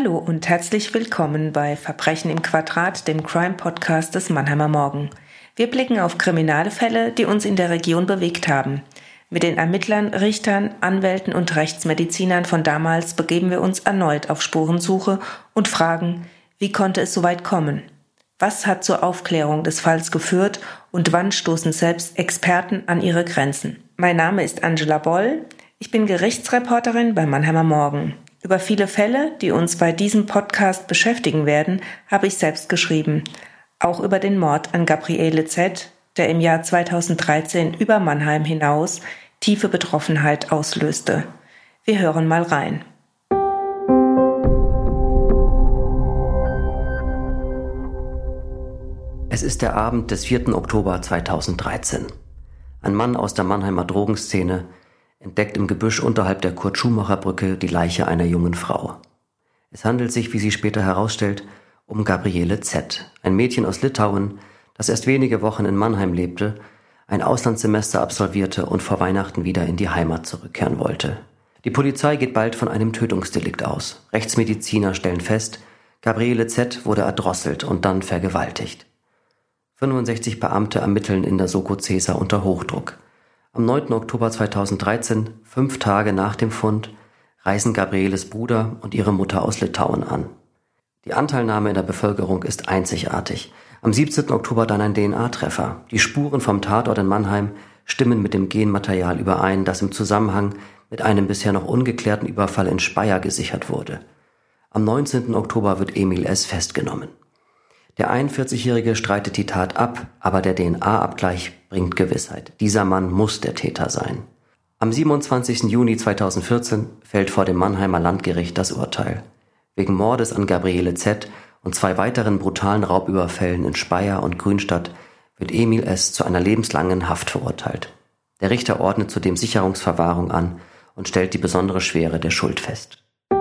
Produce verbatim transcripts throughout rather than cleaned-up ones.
Hallo und herzlich willkommen bei Verbrechen im Quadrat, dem Crime-Podcast des Mannheimer Morgen. Wir blicken auf kriminelle Fälle, die uns in der Region bewegt haben. Mit den Ermittlern, Richtern, Anwälten und Rechtsmedizinern von damals begeben wir uns erneut auf Spurensuche und fragen, wie konnte es so weit kommen? Was hat zur Aufklärung des Falls geführt und wann stoßen selbst Experten an ihre Grenzen? Mein Name ist Angela Boll, ich bin Gerichtsreporterin bei Mannheimer Morgen. Über viele Fälle, die uns bei diesem Podcast beschäftigen werden, habe ich selbst geschrieben. Auch über den Mord an Gabriele Z., der im Jahr zweitausenddreizehn über Mannheim hinaus tiefe Betroffenheit auslöste. Wir hören mal rein. Es ist der Abend des vierten Oktober zweitausenddreizehn. Ein Mann aus der Mannheimer Drogenszene entdeckt im Gebüsch unterhalb der Kurt-Schumacher-Brücke die Leiche einer jungen Frau. Es handelt sich, wie sich später herausstellt, um Gabriele Z., ein Mädchen aus Litauen, das erst wenige Wochen in Mannheim lebte, ein Auslandssemester absolvierte und vor Weihnachten wieder in die Heimat zurückkehren wollte. Die Polizei geht bald von einem Tötungsdelikt aus. Rechtsmediziner stellen fest, Gabriele Z. wurde erdrosselt und dann vergewaltigt. fünfundsechzig Beamte ermitteln in der Soko Cäsar unter Hochdruck. Am neunten Oktober zweitausenddreizehn, fünf Tage nach dem Fund, reisen Gabrieles Bruder und ihre Mutter aus Litauen an. Die Anteilnahme in der Bevölkerung ist einzigartig. Am siebzehnten Oktober dann ein D N A-Treffer. Die Spuren vom Tatort in Mannheim stimmen mit dem Genmaterial überein, das im Zusammenhang mit einem bisher noch ungeklärten Überfall in Speyer gesichert wurde. Am neunzehnten Oktober wird Emil S. festgenommen. Der einundvierzigjährige streitet die Tat ab, aber der D N A-Abgleich bringt Gewissheit. Dieser Mann muss der Täter sein. Am siebenundzwanzigsten Juni zweitausendvierzehn fällt vor dem Mannheimer Landgericht das Urteil. Wegen Mordes an Gabriele Z. und zwei weiteren brutalen Raubüberfällen in Speyer und Grünstadt wird Emil S. zu einer lebenslangen Haft verurteilt. Der Richter ordnet zudem Sicherungsverwahrung an und stellt die besondere Schwere der Schuld fest.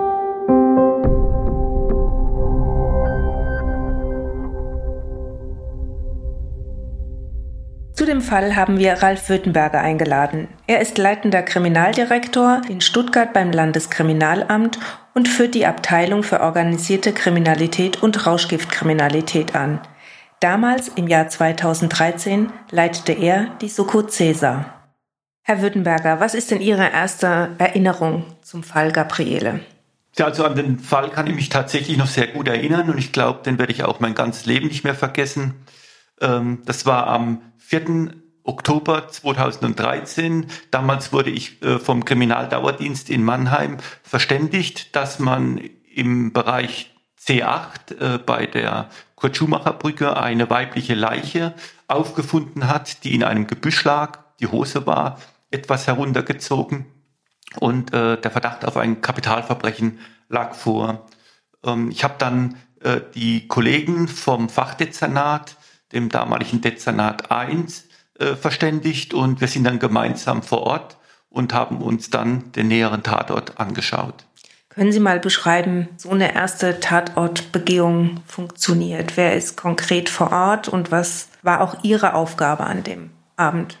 Zu dem Fall haben wir Ralf Württemberger eingeladen. Er ist leitender Kriminaldirektor in Stuttgart beim Landeskriminalamt und führt die Abteilung für organisierte Kriminalität und Rauschgiftkriminalität an. Damals, im Jahr zweitausenddreizehn, leitete er die Soko Cäsar. Herr Württemberger, was ist denn Ihre erste Erinnerung zum Fall Gabriele? Ja, also an den Fall kann ich mich tatsächlich noch sehr gut erinnern und ich glaube, den werde ich auch mein ganzes Leben nicht mehr vergessen. Das war am vierten Oktober zweitausenddreizehn. Damals wurde ich vom Kriminaldauerdienst in Mannheim verständigt, dass man im Bereich C acht bei der Kurt-Schumacher-Brücke eine weibliche Leiche aufgefunden hat, die in einem Gebüsch lag. Die Hose war etwas heruntergezogen und der Verdacht auf ein Kapitalverbrechen lag vor. Ich habe dann die Kollegen vom Fachdezernat, dem damaligen Dezernat eins, äh, verständigt und wir sind dann gemeinsam vor Ort und haben uns dann den näheren Tatort angeschaut. Können Sie mal beschreiben, so eine erste Tatortbegehung funktioniert? Wer ist konkret vor Ort und was war auch Ihre Aufgabe an dem Abend?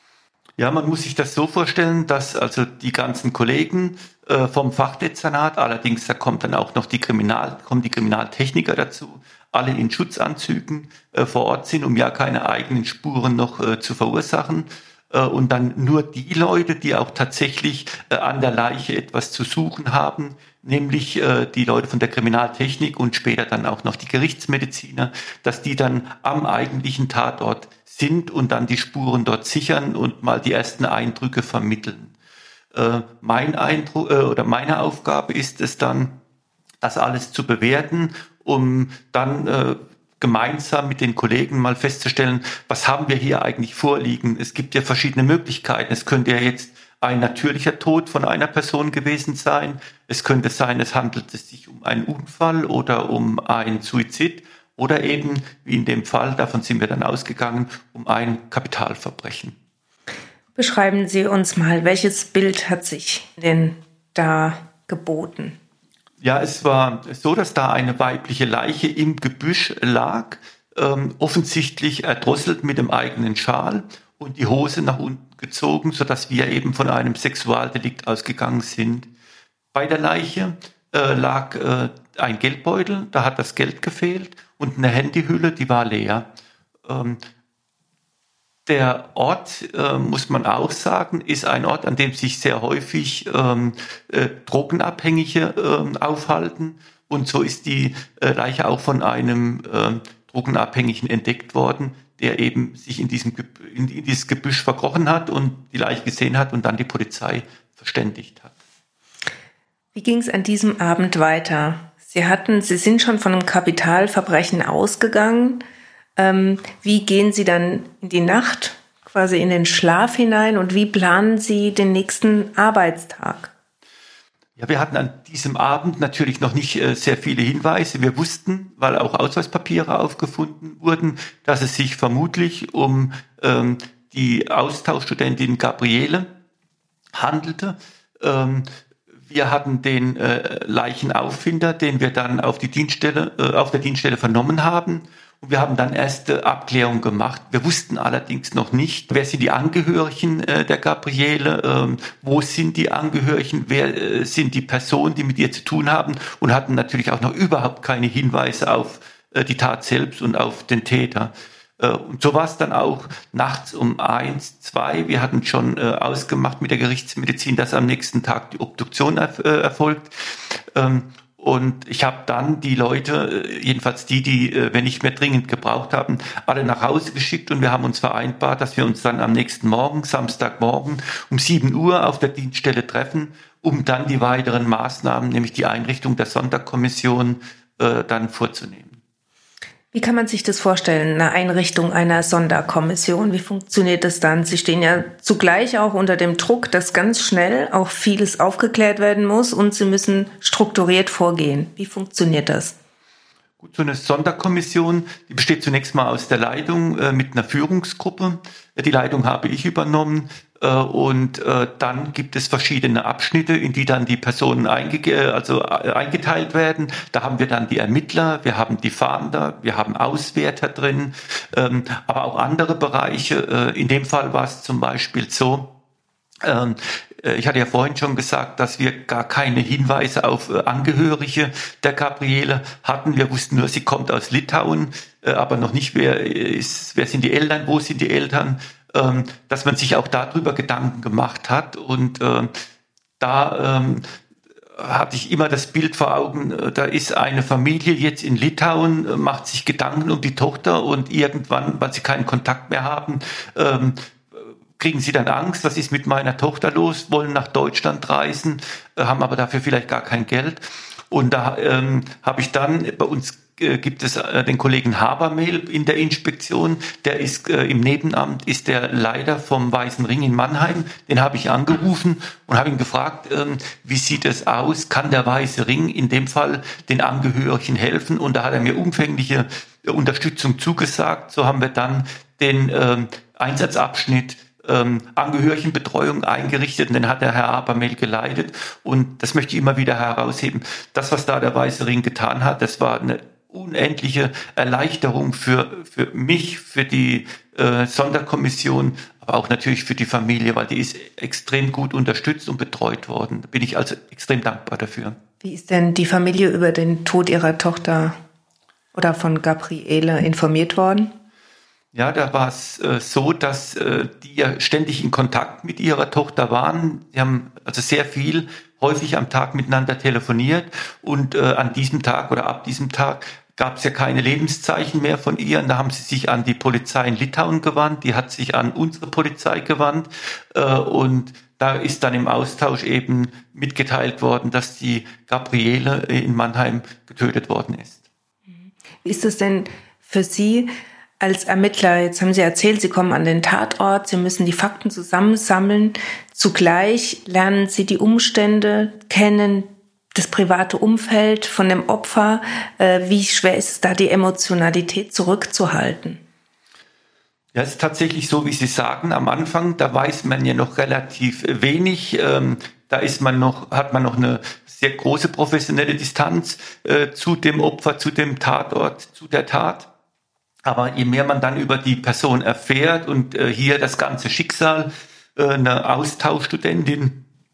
Ja, man muss sich das so vorstellen, dass also die ganzen Kollegen äh, vom Fachdezernat, allerdings da kommt dann auch noch die Kriminal, kommen die Kriminaltechniker dazu, alle in Schutzanzügen äh, vor Ort sind, um ja keine eigenen Spuren noch äh, zu verursachen. Äh, und dann nur die Leute, die auch tatsächlich äh, an der Leiche etwas zu suchen haben, nämlich äh, die Leute von der Kriminaltechnik und später dann auch noch die Gerichtsmediziner, dass die dann am eigentlichen Tatort sind und dann die Spuren dort sichern und mal die ersten Eindrücke vermitteln. Äh, mein Eindruck äh, oder meine Aufgabe ist es dann, das alles zu bewerten, um dann äh, gemeinsam mit den Kollegen mal festzustellen, was haben wir hier eigentlich vorliegen. Es gibt ja verschiedene Möglichkeiten. Es könnte ja jetzt ein natürlicher Tod von einer Person gewesen sein. Es könnte sein, es handelt sich um einen Unfall oder um einen Suizid oder eben, wie in dem Fall, davon sind wir dann ausgegangen, um ein Kapitalverbrechen. Beschreiben Sie uns mal, welches Bild hat sich denn da geboten? Ja, es war so, dass da eine weibliche Leiche im Gebüsch lag, ähm, offensichtlich erdrosselt mit dem eigenen Schal und die Hose nach unten gezogen, sodass wir eben von einem Sexualdelikt ausgegangen sind. Bei der Leiche äh, lag äh, ein Geldbeutel, da hat das Geld gefehlt und eine Handyhülle, die war leer. Ähm, Der Ort, äh, muss man auch sagen, ist ein Ort, an dem sich sehr häufig ähm, äh, Drogenabhängige äh, aufhalten. Und so ist die äh, Leiche auch von einem äh, Drogenabhängigen entdeckt worden, der eben sich in, diesem, in, in dieses Gebüsch verkrochen hat und die Leiche gesehen hat und dann die Polizei verständigt hat. Wie ging es an diesem Abend weiter? Sie hatten, Sie sind schon von einem Kapitalverbrechen ausgegangen. Ähm, wie gehen Sie dann in die Nacht, quasi in den Schlaf hinein und wie planen Sie den nächsten Arbeitstag? Ja, wir hatten an diesem Abend natürlich noch nicht äh, sehr viele Hinweise. Wir wussten, weil auch Ausweispapiere aufgefunden wurden, dass es sich vermutlich um ähm, die Austauschstudentin Gabriele handelte. Ähm, wir hatten den äh, Leichenaufinder, den wir dann auf die Dienststelle, äh, auf der Dienststelle vernommen haben. Und wir haben dann erste Abklärung gemacht. Wir wussten allerdings noch nicht, wer sind die Angehörigen äh, der Gabriele, ähm, wo sind die Angehörigen, wer äh, sind die Personen, die mit ihr zu tun haben und hatten natürlich auch noch überhaupt keine Hinweise auf äh, die Tat selbst und auf den Täter. Äh, und so war es dann auch nachts um eins, zwei. Wir hatten schon äh, ausgemacht mit der Gerichtsmedizin, dass am nächsten Tag die Obduktion erf- äh, erfolgt. Ähm, Und ich habe dann die Leute, jedenfalls die, die wir nicht mehr dringend gebraucht haben, alle nach Hause geschickt und wir haben uns vereinbart, dass wir uns dann am nächsten Morgen, Samstagmorgen um sieben Uhr auf der Dienststelle treffen, um dann die weiteren Maßnahmen, nämlich die Einrichtung der Sonderkommission, äh, dann vorzunehmen. Wie kann man sich das vorstellen, eine Einrichtung einer Sonderkommission? Wie funktioniert das dann? Sie stehen ja zugleich auch unter dem Druck, dass ganz schnell auch vieles aufgeklärt werden muss und Sie müssen strukturiert vorgehen. Wie funktioniert das? Gut, so eine Sonderkommission, die besteht zunächst mal aus der Leitung äh, mit einer Führungsgruppe. Die Leitung habe ich übernommen. Und äh, dann gibt es verschiedene Abschnitte, in die dann die Personen einge- also, äh, eingeteilt werden. Da haben wir dann die Ermittler, wir haben die Fahnder, wir haben Auswärter drin, ähm, aber auch andere Bereiche. Äh, in dem Fall war es zum Beispiel so, ähm, ich hatte ja vorhin schon gesagt, dass wir gar keine Hinweise auf äh, Angehörige der Gabriele hatten. Wir wussten nur, sie kommt aus Litauen, äh, aber noch nicht, wer ist, wer sind die Eltern, wo sind die Eltern. Ähm, dass man sich auch darüber Gedanken gemacht hat und äh, da ähm, hatte ich immer das Bild vor Augen, äh, da ist eine Familie jetzt in Litauen, äh, macht sich Gedanken um die Tochter und irgendwann, weil sie keinen Kontakt mehr haben, ähm, kriegen sie dann Angst, was ist mit meiner Tochter los, wollen nach Deutschland reisen, äh, haben aber dafür vielleicht gar kein Geld und da ähm, habe ich dann bei uns gibt es den Kollegen Habermehl in der Inspektion, der ist äh, im Nebenamt, ist der Leiter vom Weißen Ring in Mannheim, den habe ich angerufen und habe ihn gefragt, ähm, wie sieht es aus, kann der Weiße Ring in dem Fall den Angehörigen helfen und da hat er mir umfängliche Unterstützung zugesagt, so haben wir dann den ähm, Einsatzabschnitt Ähm, Angehörigenbetreuung eingerichtet und den hat der Herr Habermehl geleitet und das möchte ich immer wieder herausheben. Das, was da der Weiße Ring getan hat, das war eine unendliche Erleichterung für, für mich, für die äh, Sonderkommission, aber auch natürlich für die Familie, weil die ist extrem gut unterstützt und betreut worden. Da bin ich also extrem dankbar dafür. Wie ist denn die Familie über den Tod ihrer Tochter oder von Gabriele informiert worden? Ja, da war es äh, so, dass äh, die ja ständig in Kontakt mit ihrer Tochter waren. Sie haben also sehr viel, häufig am Tag miteinander telefoniert und äh, an diesem Tag oder ab diesem Tag gab es ja keine Lebenszeichen mehr von ihr. Und da haben sie sich an die Polizei in Litauen gewandt, die hat sich an unsere Polizei gewandt äh, und da ist dann im Austausch eben mitgeteilt worden, dass die Gabriele in Mannheim getötet worden ist. Wie ist das denn für Sie als Ermittler? Jetzt haben Sie erzählt, Sie kommen an den Tatort, Sie müssen die Fakten zusammensammeln. Zugleich lernen Sie die Umstände kennen, das private Umfeld von dem Opfer. Wie schwer ist es da, die Emotionalität zurückzuhalten? Ja, es ist tatsächlich so, wie Sie sagen, am Anfang, da weiß man ja noch relativ wenig. Ähm, da ist man noch, hat man noch eine sehr große professionelle Distanz äh, zu dem Opfer, zu dem Tatort, zu der Tat. Aber je mehr man dann über die Person erfährt und äh, hier das ganze Schicksal, äh, eine Austauschstudentin,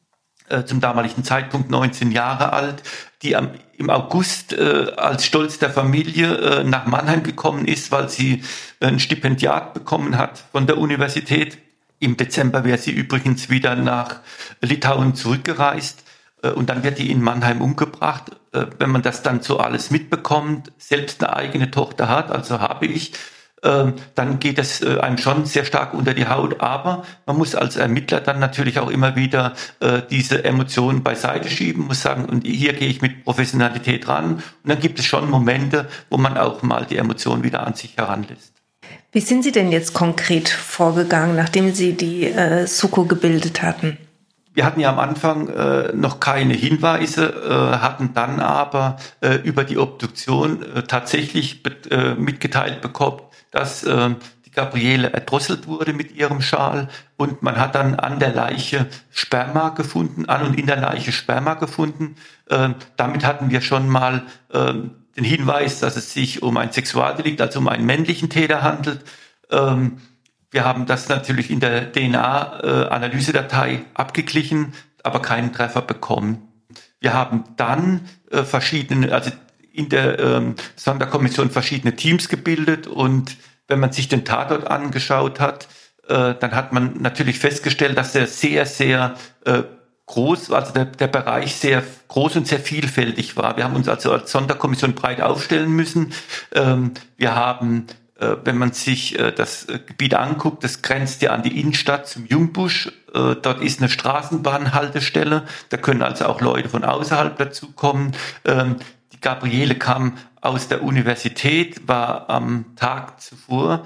äh, zum damaligen Zeitpunkt neunzehn Jahre alt, die am, im August äh, als Stolz der Familie äh, nach Mannheim gekommen ist, weil sie ein Stipendiat bekommen hat von der Universität. Im Dezember wäre sie übrigens wieder nach Litauen zurückgereist. Und dann wird die in Mannheim umgebracht. Wenn man das dann so alles mitbekommt, selbst eine eigene Tochter hat, also habe ich, dann geht es einem schon sehr stark unter die Haut. Aber man muss als Ermittler dann natürlich auch immer wieder diese Emotionen beiseite schieben, muss sagen, und hier gehe ich mit Professionalität ran. Und dann gibt es schon Momente, wo man auch mal die Emotionen wieder an sich heranlässt. Wie sind Sie denn jetzt konkret vorgegangen, nachdem Sie die äh, Suko gebildet hatten? Wir hatten ja am Anfang äh, noch keine Hinweise, äh, hatten dann aber äh, über die Obduktion äh, tatsächlich be- äh, mitgeteilt bekommen, dass äh, die Gabriele erdrosselt wurde mit ihrem Schal, und man hat dann an der Leiche Sperma gefunden, an und in der Leiche Sperma gefunden. Äh, damit hatten wir schon mal äh, den Hinweis, dass es sich um ein Sexualdelikt, also um einen männlichen Täter handelt. Ähm, Wir haben das natürlich in der D N A-Analysedatei abgeglichen, aber keinen Treffer bekommen. Wir haben dann äh, verschiedene, also in der ähm, Sonderkommission verschiedene Teams gebildet, und wenn man sich den Tatort angeschaut hat, äh, dann hat man natürlich festgestellt, dass er sehr, sehr äh, groß, also der, der Bereich sehr groß und sehr vielfältig war. Wir haben uns also als Sonderkommission breit aufstellen müssen. Ähm, wir haben Wenn man sich das Gebiet anguckt, das grenzt ja an die Innenstadt zum Jungbusch. Dort ist eine Straßenbahnhaltestelle. Da können also auch Leute von außerhalb dazukommen. Die Gabriele kam aus der Universität, war am Tag zuvor,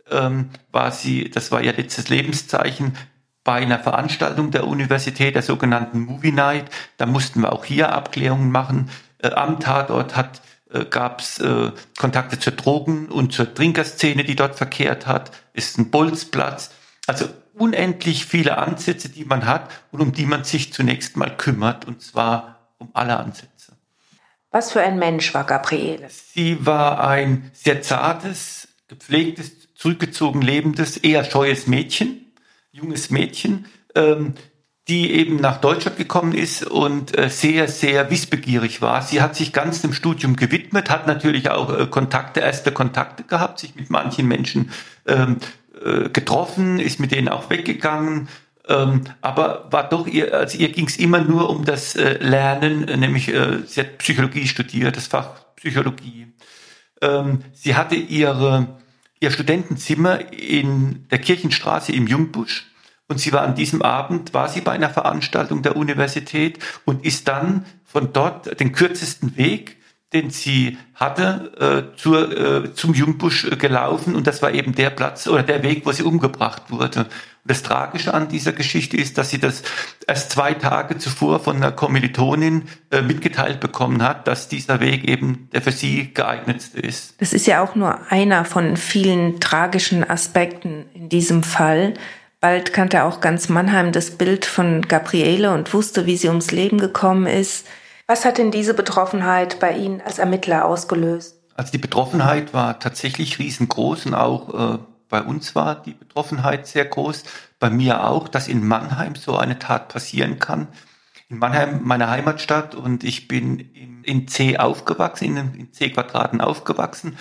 war sie, das war ihr letztes Lebenszeichen, bei einer Veranstaltung der Universität, der sogenannten Movie Night. Da mussten wir auch hier Abklärungen machen. Am Tatort hat gab es äh, Kontakte zur Drogen- und zur Trinkerszene, die dort verkehrt hat. Ist ein Bolzplatz. Also unendlich viele Ansätze, die man hat und um die man sich zunächst mal kümmert, und zwar um alle Ansätze. Was für ein Mensch war Gabriele? Sie war ein sehr zartes, gepflegtes, zurückgezogen lebendes, eher scheues Mädchen, junges Mädchen, ähm, die eben nach Deutschland gekommen ist und äh, sehr, sehr wissbegierig war. Sie hat sich ganz dem Studium gewidmet, hat natürlich auch äh, Kontakte, erste Kontakte gehabt, sich mit manchen Menschen ähm, äh, getroffen, ist mit denen auch weggegangen, ähm, aber war doch ihr, also ihr ging es immer nur um das äh, Lernen, äh, nämlich äh, sie hat Psychologie studiert, das Fach Psychologie. Ähm, sie hatte ihre, ihr Studentenzimmer in der Kirchenstraße im Jungbusch. Und sie war an diesem Abend, war sie bei einer Veranstaltung der Universität und ist dann von dort den kürzesten Weg, den sie hatte, äh, zur, äh, zum Jungbusch äh, gelaufen. Und das war eben der Platz oder der Weg, wo sie umgebracht wurde. Und das Tragische an dieser Geschichte ist, dass sie das erst zwei Tage zuvor von einer Kommilitonin äh, mitgeteilt bekommen hat, dass dieser Weg eben der für sie geeignetste ist. Das ist ja auch nur einer von vielen tragischen Aspekten in diesem Fall. Bald kannte auch ganz Mannheim das Bild von Gabriele und wusste, wie sie ums Leben gekommen ist. Was hat denn diese Betroffenheit bei Ihnen als Ermittler ausgelöst? Also die Betroffenheit war tatsächlich riesengroß, und auch äh, bei uns war die Betroffenheit sehr groß. Bei mir auch, dass in Mannheim so eine Tat passieren kann. In Mannheim, meiner Heimatstadt, und ich bin in, in C aufgewachsen, in, in C-Quadraten aufgewachsen.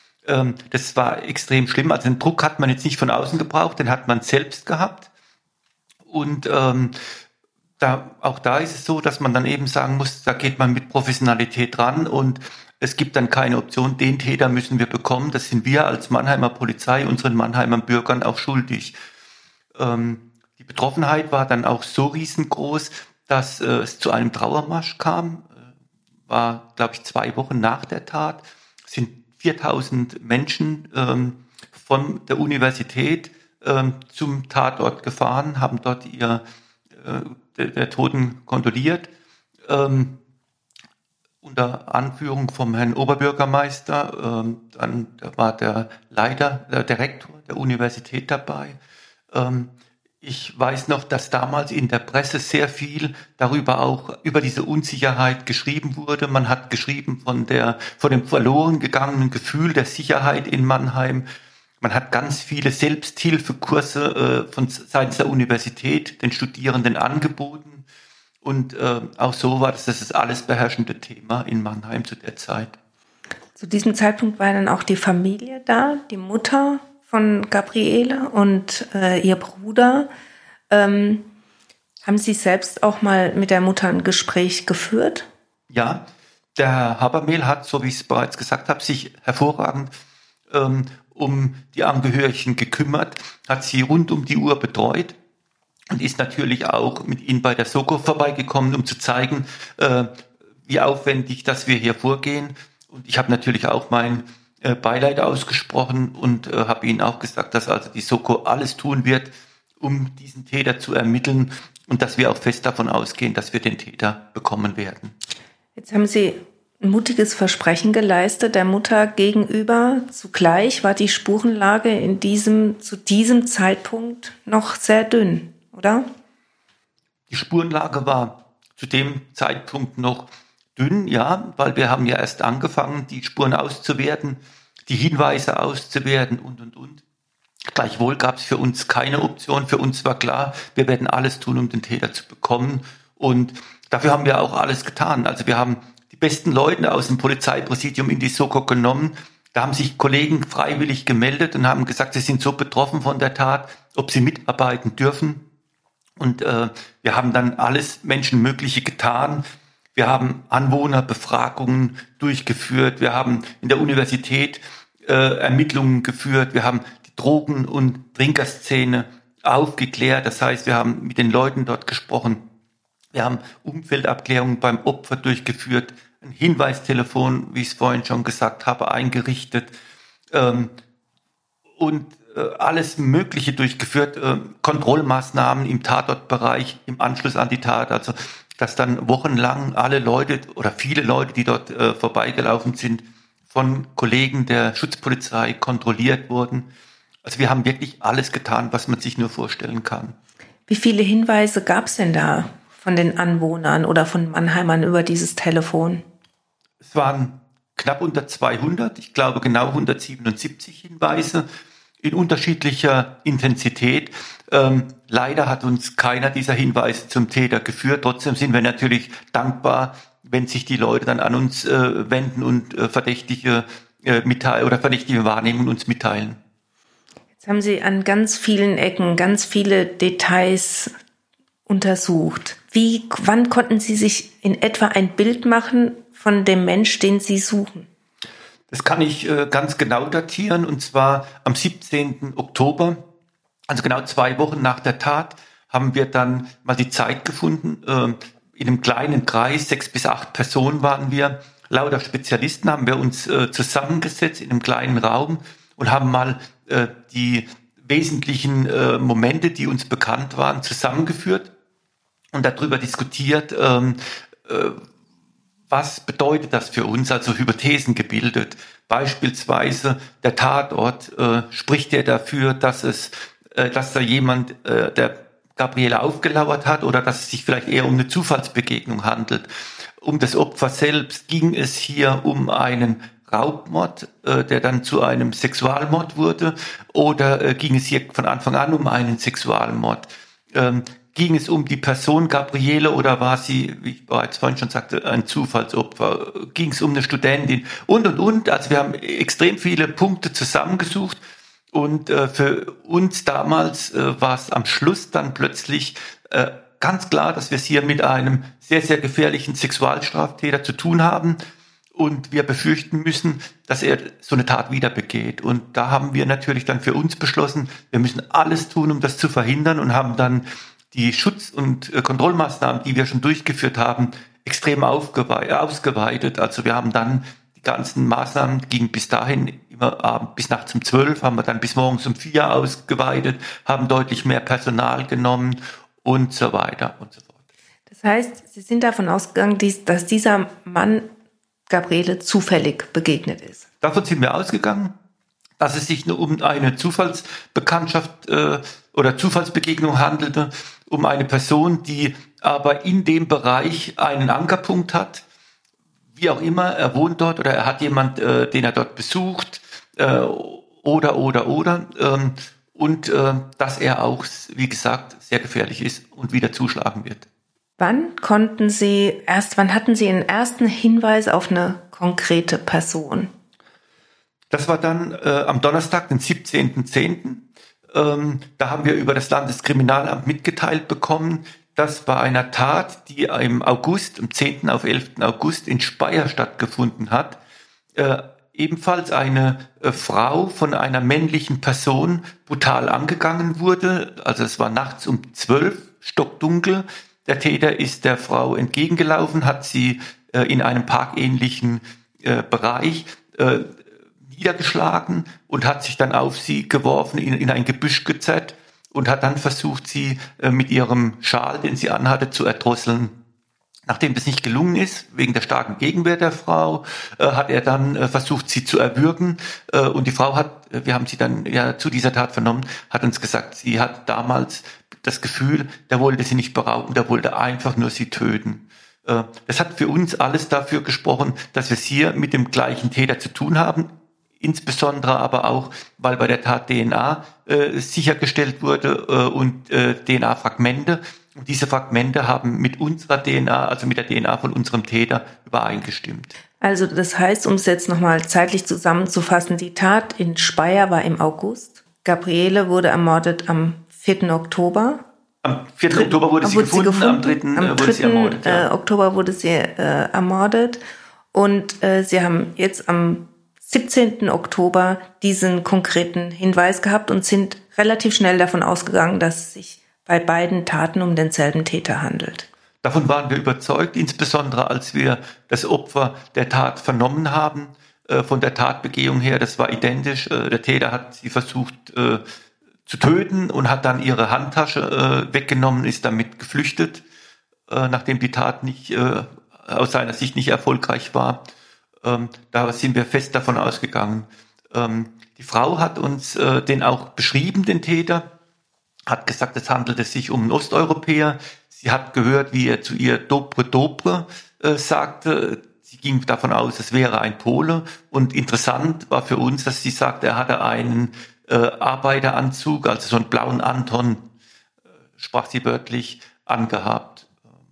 Das war extrem schlimm. Also den Druck hat man jetzt nicht von außen gebraucht, den hat man selbst gehabt. Und ähm, da, auch da ist es so, dass man dann eben sagen muss, da geht man mit Professionalität ran, und es gibt dann keine Option, den Täter müssen wir bekommen. Das sind wir als Mannheimer Polizei unseren Mannheimer Bürgern auch schuldig. Ähm, die Betroffenheit war dann auch so riesengroß, dass äh, es zu einem Trauermarsch kam. Äh, war, glaube ich, zwei Wochen nach der Tat. Es sind viertausend Menschen ähm, von der Universität ähm, zum Tatort gefahren, haben dort ihr äh, der, der Toten kondoliert, ähm, unter Anführung vom Herrn Oberbürgermeister. Ähm, dann da war der Leiter, der Direktor der Universität dabei. Ähm, Ich weiß noch, dass damals in der Presse sehr viel darüber auch, über diese Unsicherheit geschrieben wurde. Man hat geschrieben von der, von dem verloren gegangenen Gefühl der Sicherheit in Mannheim. Man hat ganz viele Selbsthilfekurse äh, von seitens der Universität den Studierenden angeboten. Und äh, auch so war das das alles beherrschende Thema in Mannheim zu der Zeit. Zu diesem Zeitpunkt war dann auch die Familie da, die Mutter von Gabriele und äh, ihr Bruder. Ähm, haben Sie selbst auch mal mit der Mutter ein Gespräch geführt? Ja, der Herr Habermehl hat, so wie ich es bereits gesagt habe, sich hervorragend ähm, um die Angehörigen gekümmert, hat sie rund um die Uhr betreut und ist natürlich auch mit ihnen bei der Soko vorbeigekommen, um zu zeigen, äh, wie aufwendig, dass wir hier vorgehen. Und ich habe natürlich auch mein äh, Beileid ausgesprochen und äh, habe ihnen auch gesagt, dass also die Soko alles tun wird, um diesen Täter zu ermitteln und dass wir auch fest davon ausgehen, dass wir den Täter bekommen werden. Jetzt haben Sie ein mutiges Versprechen geleistet der Mutter gegenüber. Zugleich war die Spurenlage in diesem, zu diesem Zeitpunkt noch sehr dünn, oder? Die Spurenlage war zu dem Zeitpunkt noch dünn, ja, weil wir haben ja erst angefangen, die Spuren auszuwerten, die Hinweise auszuwerten und, und, und. Gleichwohl gab es für uns keine Option. Für uns war klar, wir werden alles tun, um den Täter zu bekommen. Und dafür haben wir auch alles getan. Also wir haben die besten Leute aus dem Polizeipräsidium in die Soko genommen. Da haben sich Kollegen freiwillig gemeldet und haben gesagt, sie sind so betroffen von der Tat, ob sie mitarbeiten dürfen. Und äh, wir haben dann alles Menschenmögliche getan. Wir haben Anwohnerbefragungen durchgeführt. Wir haben in der Universität äh, Ermittlungen geführt. Wir haben die Drogen- und Trinkerszene aufgeklärt. Das heißt, wir haben mit den Leuten dort gesprochen. Wir haben Umfeldabklärungen beim Opfer durchgeführt, ein Hinweistelefon, wie ich es vorhin schon gesagt habe, eingerichtet ähm, und äh, alles Mögliche durchgeführt, äh, Kontrollmaßnahmen im Tatortbereich im Anschluss an die Tat, also dass dann wochenlang alle Leute oder viele Leute, die dort äh, vorbeigelaufen sind, von Kollegen der Schutzpolizei kontrolliert wurden. Also wir haben wirklich alles getan, was man sich nur vorstellen kann. Wie viele Hinweise gab es denn da von den Anwohnern oder von Mannheimern über dieses Telefon? Es waren knapp unter zweihundert, ich glaube genau hundertsiebenundsiebzig Hinweise in unterschiedlicher Intensität. Ähm, leider hat uns keiner dieser Hinweise zum Täter geführt. Trotzdem sind wir natürlich dankbar, wenn sich die Leute dann an uns äh, wenden und äh, verdächtige äh, mitteilen oder verdächtige Wahrnehmungen uns mitteilen. Jetzt haben Sie an ganz vielen Ecken ganz viele Details untersucht. Wie, wann konnten Sie sich in etwa ein Bild machen von dem Mensch, den Sie suchen? Das kann ich äh, ganz genau datieren, und zwar am siebzehnten Oktober, also genau zwei Wochen nach der Tat, haben wir dann mal die Zeit gefunden. Äh, in einem kleinen Kreis, sechs bis acht Personen waren wir, lauter Spezialisten, haben wir uns äh, zusammengesetzt in einem kleinen Raum und haben mal äh, die wesentlichen äh, Momente, die uns bekannt waren, zusammengeführt und darüber diskutiert, ähm, äh, was bedeutet das für uns, also Hypothesen gebildet. Beispielsweise der Tatort, äh, spricht er dafür, dass es, äh, dass da jemand äh, der Gabriele aufgelauert hat oder dass es sich vielleicht eher um eine Zufallsbegegnung handelt. Um das Opfer selbst ging es hier um einen Raubmord, äh, der dann zu einem Sexualmord wurde, oder äh, ging es hier von Anfang an um einen Sexualmord? Ähm, ging es um die Person Gabriele oder war sie, wie ich bereits vorhin schon sagte, ein Zufallsopfer? Ging es um eine Studentin? Und, und, und. Also wir haben extrem viele Punkte zusammengesucht. Und äh, für uns damals äh, war es am Schluss dann plötzlich äh, ganz klar, dass wir es hier mit einem sehr, sehr gefährlichen Sexualstraftäter zu tun haben. Und wir befürchten müssen, dass er so eine Tat wieder begeht. Und da haben wir natürlich dann für uns beschlossen, wir müssen alles tun, um das zu verhindern, und haben dann die Schutz- und äh, Kontrollmaßnahmen, die wir schon durchgeführt haben, extrem aufgewe- ausgeweitet. Also wir haben dann die ganzen Maßnahmen, gingen bis dahin immer abend bis nachts um zwölf, haben wir dann bis morgens um vier ausgeweitet, haben deutlich mehr Personal genommen und so weiter und so fort. Das heißt, Sie sind davon ausgegangen, dass dieser Mann Gabriele zufällig begegnet ist? Davon sind wir ausgegangen, dass es sich nur um eine Zufallsbekanntschaft äh, oder Zufallsbegegnung handelte, um eine Person, die aber in dem Bereich einen Ankerpunkt hat, wie auch immer, er wohnt dort oder er hat jemand, äh, den er dort besucht, äh, oder, oder, oder, ähm, und äh, dass er auch, wie gesagt, sehr gefährlich ist und wieder zuschlagen wird. Wann konnten Sie, erst wann hatten Sie einen ersten Hinweis auf eine konkrete Person? Das war dann äh, am Donnerstag, den siebzehnten zehnten Ähm, da haben wir über das Landeskriminalamt mitgeteilt bekommen, dass bei einer Tat, die im August, am zehnten auf elften August in Speyer stattgefunden hat, äh, ebenfalls eine äh, Frau von einer männlichen Person brutal angegangen wurde. Also es war nachts um zwölf, stockdunkel. Der Täter ist der Frau entgegengelaufen, hat sie äh, in einem parkähnlichen äh, Bereich äh, niedergeschlagen und hat sich dann auf sie geworfen, in, in ein Gebüsch gezerrt und hat dann versucht, sie äh, mit ihrem Schal, den sie anhatte, zu erdrosseln. Nachdem das nicht gelungen ist, wegen der starken Gegenwehr der Frau, äh, hat er dann äh, versucht, sie zu erwürgen. Äh, und die Frau hat, äh, wir haben sie dann ja zu dieser Tat vernommen, hat uns gesagt, sie hat damals das Gefühl, der wollte sie nicht berauben, der wollte einfach nur sie töten. Äh, das hat für uns alles dafür gesprochen, dass wir es hier mit dem gleichen Täter zu tun haben. Insbesondere aber auch, weil bei der Tat D N A äh, sichergestellt wurde äh, und äh, D N A-Fragmente. Und diese Fragmente haben mit unserer D N A, also mit der D N A von unserem Täter, übereingestimmt. Also das heißt, um es jetzt nochmal zeitlich zusammenzufassen, die Tat in Speyer war im August. Gabriele wurde ermordet am vierten Oktober. Am vierten Oktober wurde, sie, wurde gefunden, sie gefunden, am dritten Am wurde sie ermordet. Ja. Oktober wurde sie äh, ermordet. Und äh, sie haben jetzt am siebzehnten Oktober diesen konkreten Hinweis gehabt und sind relativ schnell davon ausgegangen, dass es sich bei beiden Taten um denselben Täter handelt. Davon waren wir überzeugt, insbesondere als wir das Opfer der Tat vernommen haben, äh, von der Tatbegehung her. Das war identisch. Äh, der Täter hat sie versucht äh, zu töten und hat dann ihre Handtasche äh, weggenommen, ist damit geflüchtet, äh, nachdem die Tat nicht äh, aus seiner Sicht nicht erfolgreich war. Ähm, da sind wir fest davon ausgegangen. Ähm, die Frau hat uns äh, den auch beschrieben, den Täter, hat gesagt, es handelte sich um einen Osteuropäer. Sie hat gehört, wie er zu ihr Dobre Dobre äh, sagte. Sie ging davon aus, es wäre ein Pole. Und interessant war für uns, dass sie sagte, er hatte einen äh, Arbeiteranzug, also so einen blauen Anton, äh, sprach sie wörtlich, angehabt.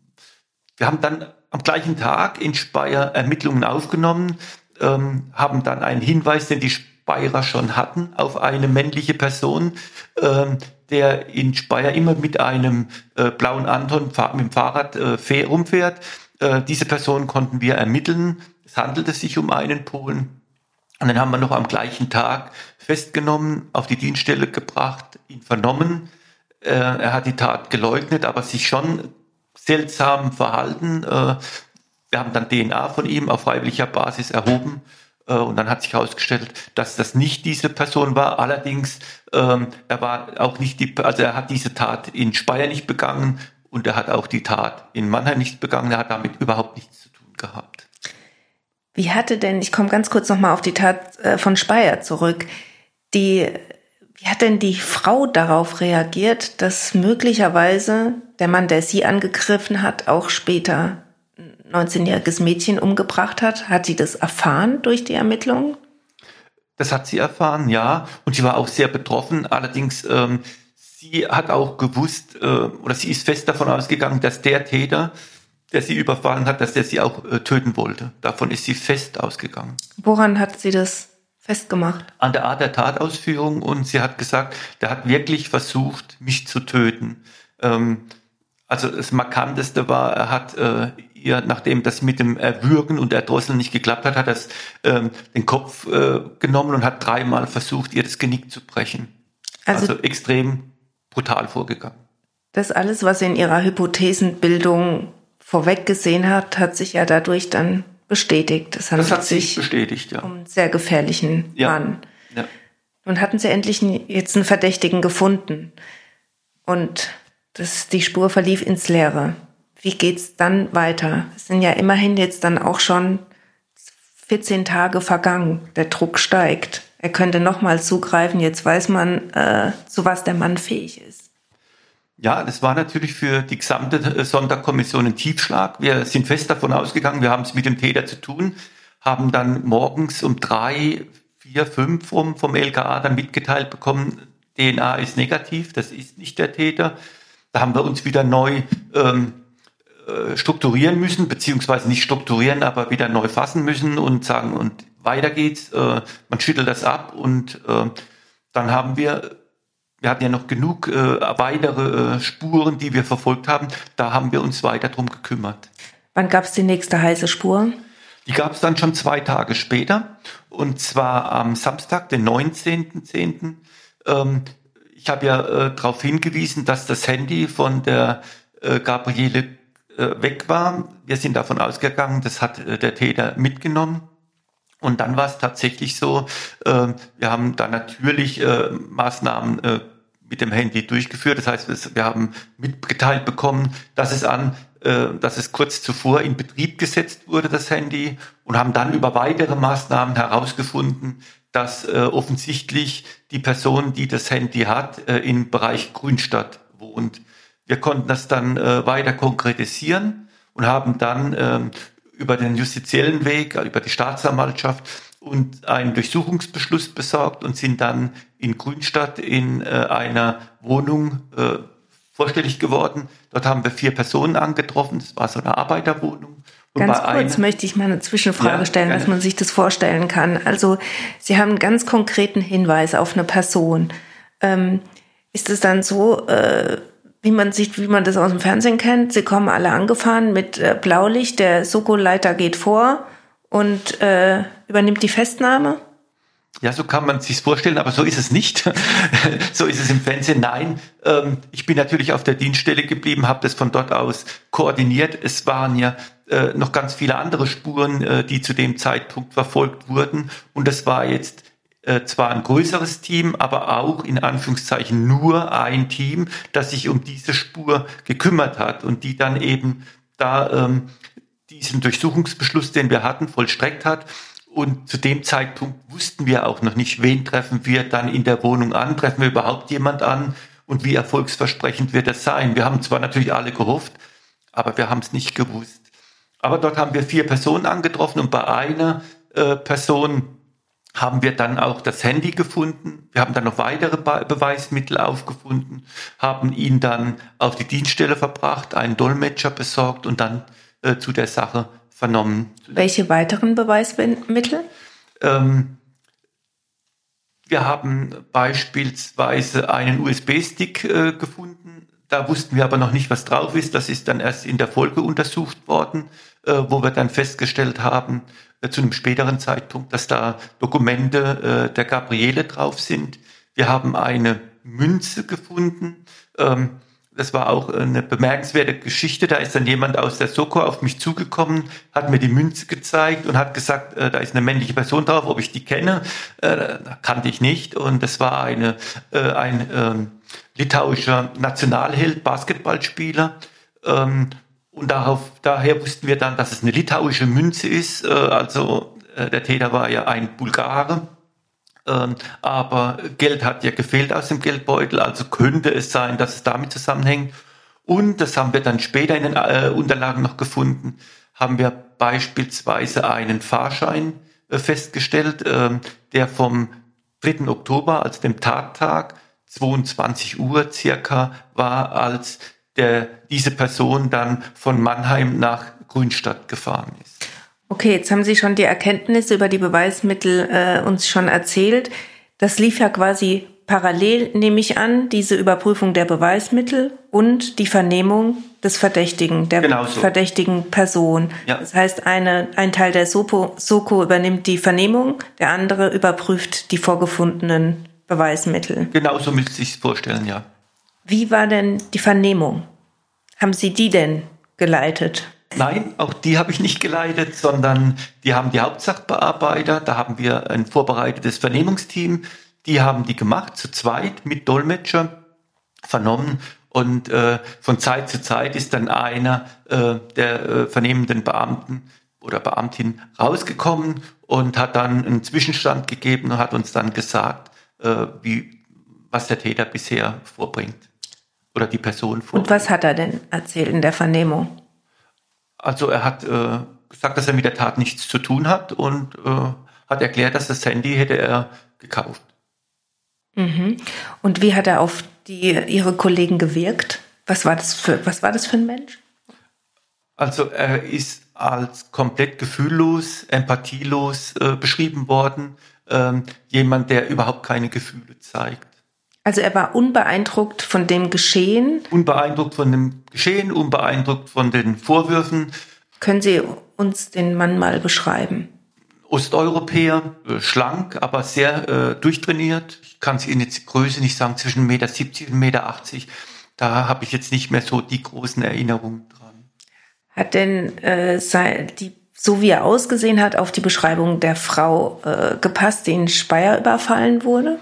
Wir haben dann am gleichen Tag in Speyer Ermittlungen aufgenommen, ähm, haben dann einen Hinweis, den die Speyerer schon hatten, auf eine männliche Person, ähm, der in Speyer immer mit einem äh, blauen Anton mit dem Fahrrad äh, rumfährt. Äh, diese Person konnten wir ermitteln. Es handelte sich um einen Polen. Und dann haben wir noch am gleichen Tag festgenommen, auf die Dienststelle gebracht, ihn vernommen. Äh, er hat die Tat geleugnet, aber sich schon seltsam verhalten. Wir haben dann D N A von ihm auf freiwilliger Basis erhoben und dann hat sich herausgestellt, dass das nicht diese Person war. Allerdings, er war auch nicht die, also er hat diese Tat in Speyer nicht begangen und er hat auch die Tat in Mannheim nicht begangen. Er hat damit überhaupt nichts zu tun gehabt. Wie hatte denn, ich komme ganz kurz nochmal auf die Tat von Speyer zurück, die Wie hat denn die Frau darauf reagiert, dass möglicherweise der Mann, der sie angegriffen hat, auch später ein neunzehnjähriges Mädchen umgebracht hat? Hat sie das erfahren durch die Ermittlungen? Das hat sie erfahren, ja. Und sie war auch sehr betroffen. Allerdings, ähm, sie hat auch gewusst, äh, oder sie ist fest davon ausgegangen, dass der Täter, der sie überfallen hat, dass der sie auch äh, töten wollte. Davon ist sie fest ausgegangen. Woran hat sie das festgemacht? An der Art der Tatausführung, und sie hat gesagt, der hat wirklich versucht, mich zu töten. Ähm, also das Markanteste war, er hat äh, ihr, nachdem das mit dem Erwürgen und Erdrosseln nicht geklappt hat, hat er ähm, den Kopf äh, genommen und hat dreimal versucht, ihr das Genick zu brechen. Also, also extrem brutal vorgegangen. Das alles, was sie in ihrer Hypothesenbildung vorweggesehen hat, hat sich ja dadurch dann bestätigt. Es handelt das hat sich sich bestätigt, ja. um einen sehr gefährlichen ja. Mann. Ja. Nun hatten sie endlich jetzt einen Verdächtigen gefunden. Und das, die Spur verlief ins Leere. Wie geht's dann weiter? Es sind ja immerhin jetzt dann auch schon vierzehn Tage vergangen. Der Druck steigt. Er könnte nochmal zugreifen. Jetzt weiß man, äh, zu was der Mann fähig ist. Ja, das war natürlich für die gesamte Sonderkommission ein Tiefschlag. Wir sind fest davon ausgegangen, wir haben es mit dem Täter zu tun, haben dann morgens um drei, vier, fünf vom, vom L K A dann mitgeteilt bekommen, D N A ist negativ, das ist nicht der Täter. Da haben wir uns wieder neu ähm, äh, strukturieren müssen, beziehungsweise nicht strukturieren, aber wieder neu fassen müssen und sagen, und weiter geht's. Äh, man schüttelt das ab und äh, dann haben wir, wir hatten ja noch genug äh, weitere äh, Spuren, die wir verfolgt haben. Da haben wir uns weiter drum gekümmert. Wann gab es die nächste heiße Spur? Die gab es dann schon zwei Tage später, und zwar am Samstag, den neunzehnten zehnten Ähm, ich habe ja äh, darauf hingewiesen, dass das Handy von der äh, Gabriele äh, weg war. Wir sind davon ausgegangen, das hat äh, der Täter mitgenommen. Und dann war es tatsächlich so, äh, wir haben da natürlich äh, Maßnahmen äh, mit dem Handy durchgeführt. Das heißt, wir haben mitgeteilt bekommen, dass es an dass es kurz zuvor in Betrieb gesetzt wurde, das Handy, und haben dann über weitere Maßnahmen herausgefunden, dass äh, offensichtlich die Person, die das Handy hat, äh, im Bereich Grünstadt wohnt. Wir konnten das dann äh, weiter konkretisieren und haben dann äh, über den justiziellen Weg, über die Staatsanwaltschaft, und einen Durchsuchungsbeschluss besorgt und sind dann in Grünstadt in äh, einer Wohnung äh, vorstellig geworden. Dort haben wir vier Personen angetroffen. Das war so eine Arbeiterwohnung. Und ganz kurz einer, möchte ich mal eine Zwischenfrage ja, stellen, gerne. Dass man sich das vorstellen kann. Also Sie haben einen ganz konkreten Hinweis auf eine Person. Ähm, ist es dann so, äh, wie man sich, wie man das aus dem Fernsehen kennt? Sie kommen alle angefahren mit äh, Blaulicht, der Soko-Leiter geht vor und äh, übernimmt die Festnahme? Ja, so kann man es sich vorstellen, aber so ist es nicht. So ist es im Fernsehen. Nein, ähm, ich bin natürlich auf der Dienststelle geblieben, habe das von dort aus koordiniert. Es waren ja äh, noch ganz viele andere Spuren, äh, die zu dem Zeitpunkt verfolgt wurden. Und das war jetzt äh, zwar ein größeres Team, aber auch in Anführungszeichen nur ein Team, das sich um diese Spur gekümmert hat und die dann eben da ähm, diesen Durchsuchungsbeschluss, den wir hatten, vollstreckt hat. Und zu dem Zeitpunkt wussten wir auch noch nicht, wen treffen wir dann in der Wohnung an, treffen wir überhaupt jemand an und wie erfolgsversprechend wird das sein. Wir haben zwar natürlich alle gehofft, aber wir haben es nicht gewusst. Aber dort haben wir vier Personen angetroffen und bei einer äh, Person haben wir dann auch das Handy gefunden. Wir haben dann noch weitere Be- Beweismittel aufgefunden, haben ihn dann auf die Dienststelle verbracht, einen Dolmetscher besorgt und dann äh, zu der Sache vernommen. Welche weiteren Beweismittel? Ähm, wir haben beispielsweise einen U S B-Stick äh, gefunden. Da wussten wir aber noch nicht, was drauf ist. Das ist dann erst in der Folge untersucht worden, äh, wo wir dann festgestellt haben, äh, zu einem späteren Zeitpunkt, dass da Dokumente äh, der Gabriele drauf sind. Wir haben eine Münze gefunden. Ähm, Das war auch eine bemerkenswerte Geschichte. Da ist dann jemand aus der Soko auf mich zugekommen, hat mir die Münze gezeigt und hat gesagt, äh, da ist eine männliche Person drauf, ob ich die kenne. Äh, kannte ich nicht. Und das war eine, äh, ein ähm, litauischer Nationalheld, Basketballspieler. Ähm, und darauf, daher wussten wir dann, dass es eine litauische Münze ist. Äh, also äh, der Täter war ja ein Bulgare. Ähm, aber Geld hat ja gefehlt aus dem Geldbeutel, also könnte es sein, dass es damit zusammenhängt. Und das haben wir dann später in den äh, Unterlagen noch gefunden, haben wir beispielsweise einen Fahrschein äh, festgestellt, äh, der vom dritten Oktober, also dem Tattag, zweiundzwanzig Uhr circa war, als der, diese Person dann von Mannheim nach Grünstadt gefahren ist. Okay, jetzt haben Sie schon die Erkenntnisse über die Beweismittel äh, uns schon erzählt. Das lief ja quasi parallel, nehme ich an, diese Überprüfung der Beweismittel und die Vernehmung des Verdächtigen, der genau so. verdächtigen Person. Ja. Das heißt, eine, ein Teil der Soko, Soko übernimmt die Vernehmung, der andere überprüft die vorgefundenen Beweismittel. Genau so müsste ich es vorstellen, ja. Wie war denn die Vernehmung? Haben Sie die denn geleitet? Nein, auch die habe ich nicht geleitet, sondern die haben die Hauptsachbearbeiter, da haben wir ein vorbereitetes Vernehmungsteam, die haben die gemacht, zu zweit mit Dolmetscher vernommen und äh, von Zeit zu Zeit ist dann einer äh, der äh, vernehmenden Beamten oder Beamtin rausgekommen und hat dann einen Zwischenstand gegeben und hat uns dann gesagt, äh, wie, was der Täter bisher vorbringt oder die Person vorbringt. Und was hat er denn erzählt in der Vernehmung? Also er hat äh, gesagt, dass er mit der Tat nichts zu tun hat und äh, hat erklärt, dass das Handy hätte er gekauft. Mhm. Und wie hat er auf die Ihre Kollegen gewirkt? Was war das für was war das für ein Mensch? Also er ist als komplett gefühllos, empathielos äh, beschrieben worden. Ähm, jemand, der überhaupt keine Gefühle zeigt. Also er war unbeeindruckt von dem Geschehen? Unbeeindruckt von dem Geschehen, unbeeindruckt von den Vorwürfen. Können Sie uns den Mann mal beschreiben? Osteuropäer, äh, schlank, aber sehr äh, durchtrainiert. Ich kann es Ihnen jetzt die Größe nicht sagen, zwischen eins Komma siebzig und eins Komma achtzig Meter. Da habe ich jetzt nicht mehr so die großen Erinnerungen dran. Hat denn äh, die, so wie er ausgesehen hat, auf die Beschreibung der Frau äh, gepasst, die in Speyer überfallen wurde?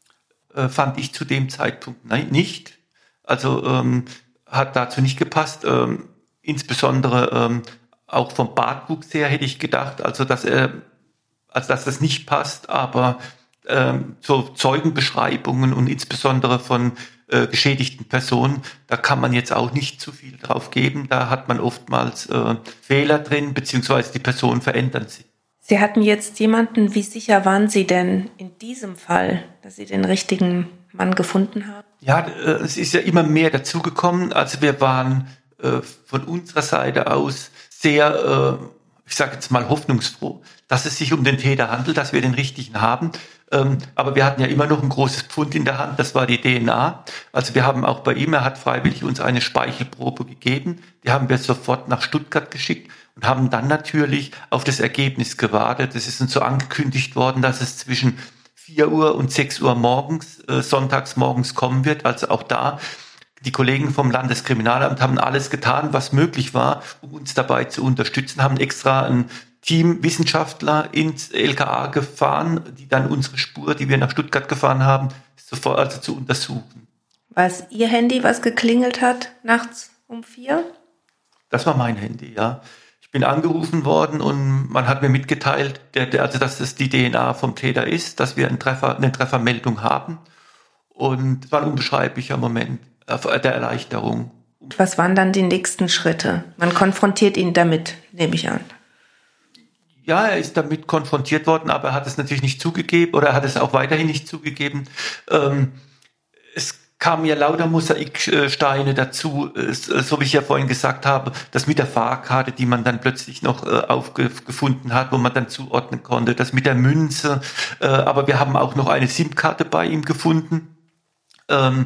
Äh, fand ich zu dem Zeitpunkt nein, nicht. Also ähm, hat dazu nicht gepasst. Ähm, insbesondere ähm, auch vom Bartwuchs her hätte ich gedacht, also dass er, also dass das nicht passt. Aber ähm, so Zeugenbeschreibungen und insbesondere von äh, geschädigten Personen, da kann man jetzt auch nicht zu viel drauf geben. Da hat man oftmals äh, Fehler drin, beziehungsweise die Personen verändern sich. Sie hatten jetzt jemanden, wie sicher waren Sie denn in diesem Fall, dass Sie den richtigen Mann gefunden haben? Ja, äh, es ist ja immer mehr dazugekommen. Also wir waren äh, von unserer Seite aus sehr, äh, ich sage jetzt mal hoffnungsfroh, dass es sich um den Täter handelt, dass wir den richtigen haben. Ähm, aber wir hatten ja immer noch ein großes Pfund in der Hand, das war die D N A. Also wir haben auch bei ihm, er hat freiwillig uns eine Speichelprobe gegeben. Die haben wir sofort nach Stuttgart geschickt und haben dann natürlich auf das Ergebnis gewartet. Es ist uns so angekündigt worden, dass es zwischen vier Uhr und sechs Uhr morgens, äh, sonntags morgens kommen wird. Also auch da, die Kollegen vom Landeskriminalamt haben alles getan, was möglich war, um uns dabei zu unterstützen, haben extra ein Team Wissenschaftler ins L K A gefahren, die dann unsere Spur, die wir nach Stuttgart gefahren haben, sofort also zu untersuchen. War es Ihr Handy, was geklingelt hat, nachts um vier? Das war mein Handy, ja. Ich bin angerufen worden und man hat mir mitgeteilt, der, der, also dass es die D N A vom Täter ist, dass wir einen Treffer, eine Treffermeldung haben. Und es war ein unbeschreiblicher Moment der Erleichterung. Was waren dann die nächsten Schritte? Man konfrontiert ihn damit, nehme ich an. Ja, er ist damit konfrontiert worden, aber er hat es natürlich nicht zugegeben oder er hat es auch weiterhin nicht zugegeben. Ähm, es kamen ja lauter Mosaiksteine dazu, so wie ich ja vorhin gesagt habe, das mit der Fahrkarte, die man dann plötzlich noch äh, aufgefunden hat, wo man dann zuordnen konnte, das mit der Münze, äh, aber wir haben auch noch eine SIM-Karte bei ihm gefunden, ähm,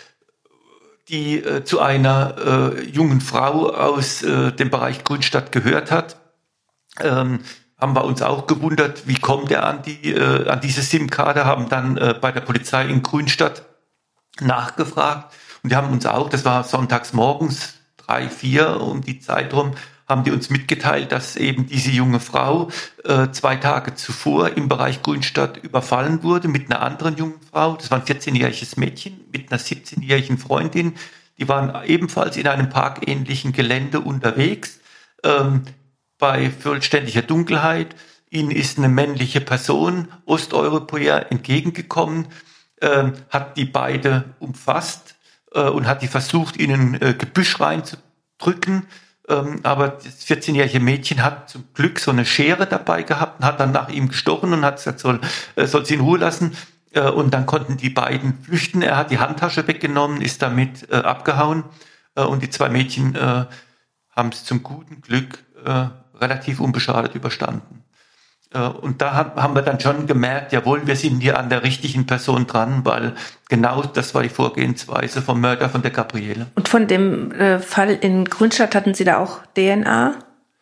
die äh, zu einer äh, jungen Frau aus äh, dem Bereich Grünstadt gehört hat. Ähm, haben wir uns auch gewundert, wie kommt er an die äh, an diese SIM-Karte, haben dann äh, bei der Polizei in Grünstadt nachgefragt und die haben uns auch, das war sonntags morgens, drei, vier um die Zeit rum, haben die uns mitgeteilt, dass eben diese junge Frau äh, zwei Tage zuvor im Bereich Grünstadt überfallen wurde mit einer anderen jungen Frau. Das war ein vierzehnjähriges Mädchen mit einer siebzehnjährigen Freundin. Die waren ebenfalls in einem parkähnlichen Gelände unterwegs. Ähm, bei vollständiger Dunkelheit. Ihnen ist eine männliche Person, Osteuropäer, entgegengekommen, äh, hat die beide umfasst äh, und hat die versucht, ihnen äh, Gebüsch reinzudrücken. Ähm, aber das vierzehnjährige Mädchen hat zum Glück so eine Schere dabei gehabt und hat dann nach ihm gestochen und hat gesagt, soll, äh, soll sie in Ruhe lassen. Äh, und dann konnten die beiden flüchten. Er hat die Handtasche weggenommen, ist damit äh, abgehauen. Äh, und die zwei Mädchen äh, haben es zum guten Glück äh, relativ unbeschadet überstanden. Und da haben wir dann schon gemerkt, jawohl, wir sind hier an der richtigen Person dran, weil genau das war die Vorgehensweise vom Mörder von der Gabriele. Und von dem äh, Fall in Grünstadt hatten Sie da auch D N A?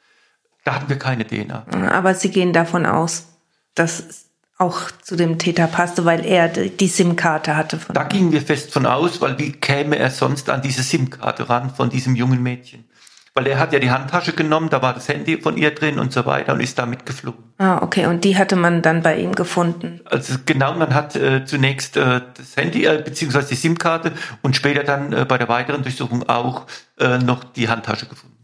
Da hatten wir keine D N A. Aber Sie gehen davon aus, dass es auch zu dem Täter passte, weil er die SIM-Karte hatte. Von da gingen wir fest von aus, weil wie käme er sonst an diese SIM-Karte ran von diesem jungen Mädchen? Weil er hat ja die Handtasche genommen, da war das Handy von ihr drin und so weiter und ist damit geflogen. Ah, okay. Und die hatte man dann bei ihm gefunden? Also genau, man hat äh, zunächst äh, das Handy äh, beziehungsweise die SIM-Karte und später dann äh, bei der weiteren Durchsuchung auch äh, noch die Handtasche gefunden.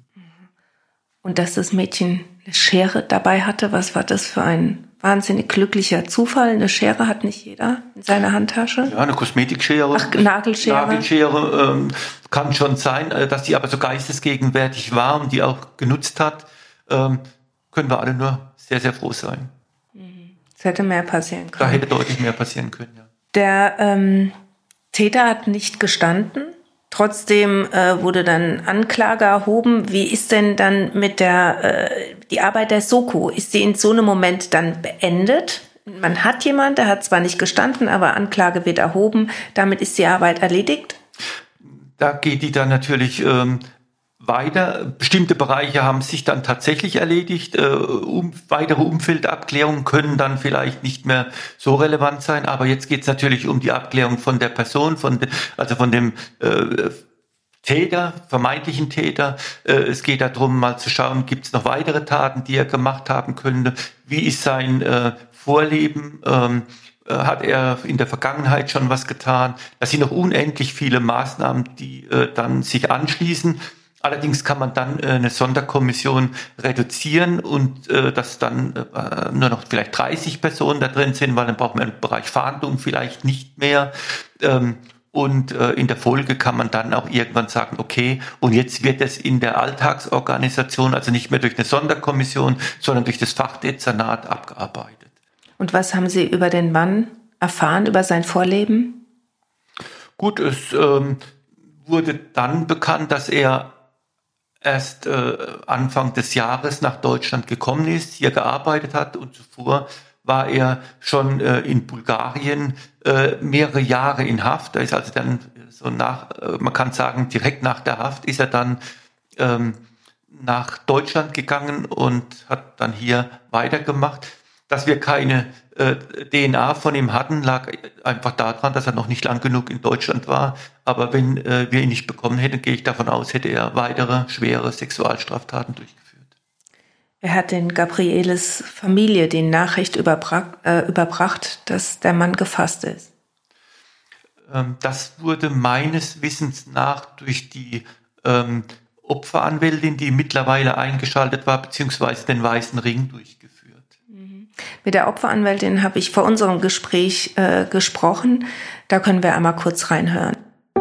Und dass das Mädchen eine Schere dabei hatte, was war das für ein wahnsinnig glücklicher Zufall? Eine Schere hat nicht jeder in seiner Handtasche? Ja, eine Kosmetikschere. Ach, Nagelschere. Nagelschere ähm, kann schon sein, äh, dass die aber so geistesgegenwärtig war und die auch genutzt hat. Ähm, können wir alle nur sehr, sehr froh sein. Es hätte mehr passieren können. Da hätte deutlich mehr passieren können, ja. Der ähm, Täter hat nicht gestanden. Trotzdem äh, wurde dann Anklage erhoben. Wie ist denn dann mit der äh, die Arbeit der Soko? Ist sie in so einem Moment dann beendet? Man hat jemand, der hat zwar nicht gestanden, aber Anklage wird erhoben. Damit ist die Arbeit erledigt? Da geht die dann natürlich ähm, weiter. Bestimmte Bereiche haben sich dann tatsächlich erledigt. Äh, um, weitere Umfeldabklärungen können dann vielleicht nicht mehr so relevant sein. Aber jetzt geht es natürlich um die Abklärung von der Person, von de, also von dem äh, Täter, vermeintlichen Täter. Äh, es geht darum, mal zu schauen, gibt es noch weitere Taten, die er gemacht haben könnte? Wie ist sein äh, Vorleben? Ähm, hat er in der Vergangenheit schon was getan? Das sind noch unendlich viele Maßnahmen, die äh, dann sich anschließen. Allerdings kann man dann äh, eine Sonderkommission reduzieren und äh, dass dann äh, nur noch vielleicht dreißig Personen da drin sind, weil dann braucht man im Bereich Fahndung vielleicht nicht mehr. Ähm, und äh, in der Folge kann man dann auch irgendwann sagen, okay, und jetzt wird es in der Alltagsorganisation, also nicht mehr durch eine Sonderkommission, sondern durch das Fachdezernat abgearbeitet. Und was haben Sie über den Mann erfahren, über sein Vorleben? Gut, es ähm, wurde dann bekannt, dass er erst äh, Anfang des Jahres nach Deutschland gekommen ist, hier gearbeitet hat und zuvor war er schon äh, in Bulgarien äh, mehrere Jahre in Haft. Da ist also dann so nach, äh, man kann sagen, direkt nach der Haft ist er dann ähm, nach Deutschland gegangen und hat dann hier weitergemacht. Dass wir keine äh, D N A von ihm hatten, lag einfach daran, dass er noch nicht lang genug in Deutschland war. Aber wenn äh, wir ihn nicht bekommen hätten, gehe ich davon aus, hätte er weitere schwere Sexualstraftaten durchgeführt. Er hat den Gabrieles Familie die Nachricht überbra- äh, überbracht, dass der Mann gefasst ist. Ähm, das wurde meines Wissens nach durch die ähm, Opferanwältin, die mittlerweile eingeschaltet war, beziehungsweise den Weißen Ring durchgeführt. Mit der Opferanwältin habe ich vor unserem Gespräch äh, gesprochen. Da können wir einmal kurz reinhören.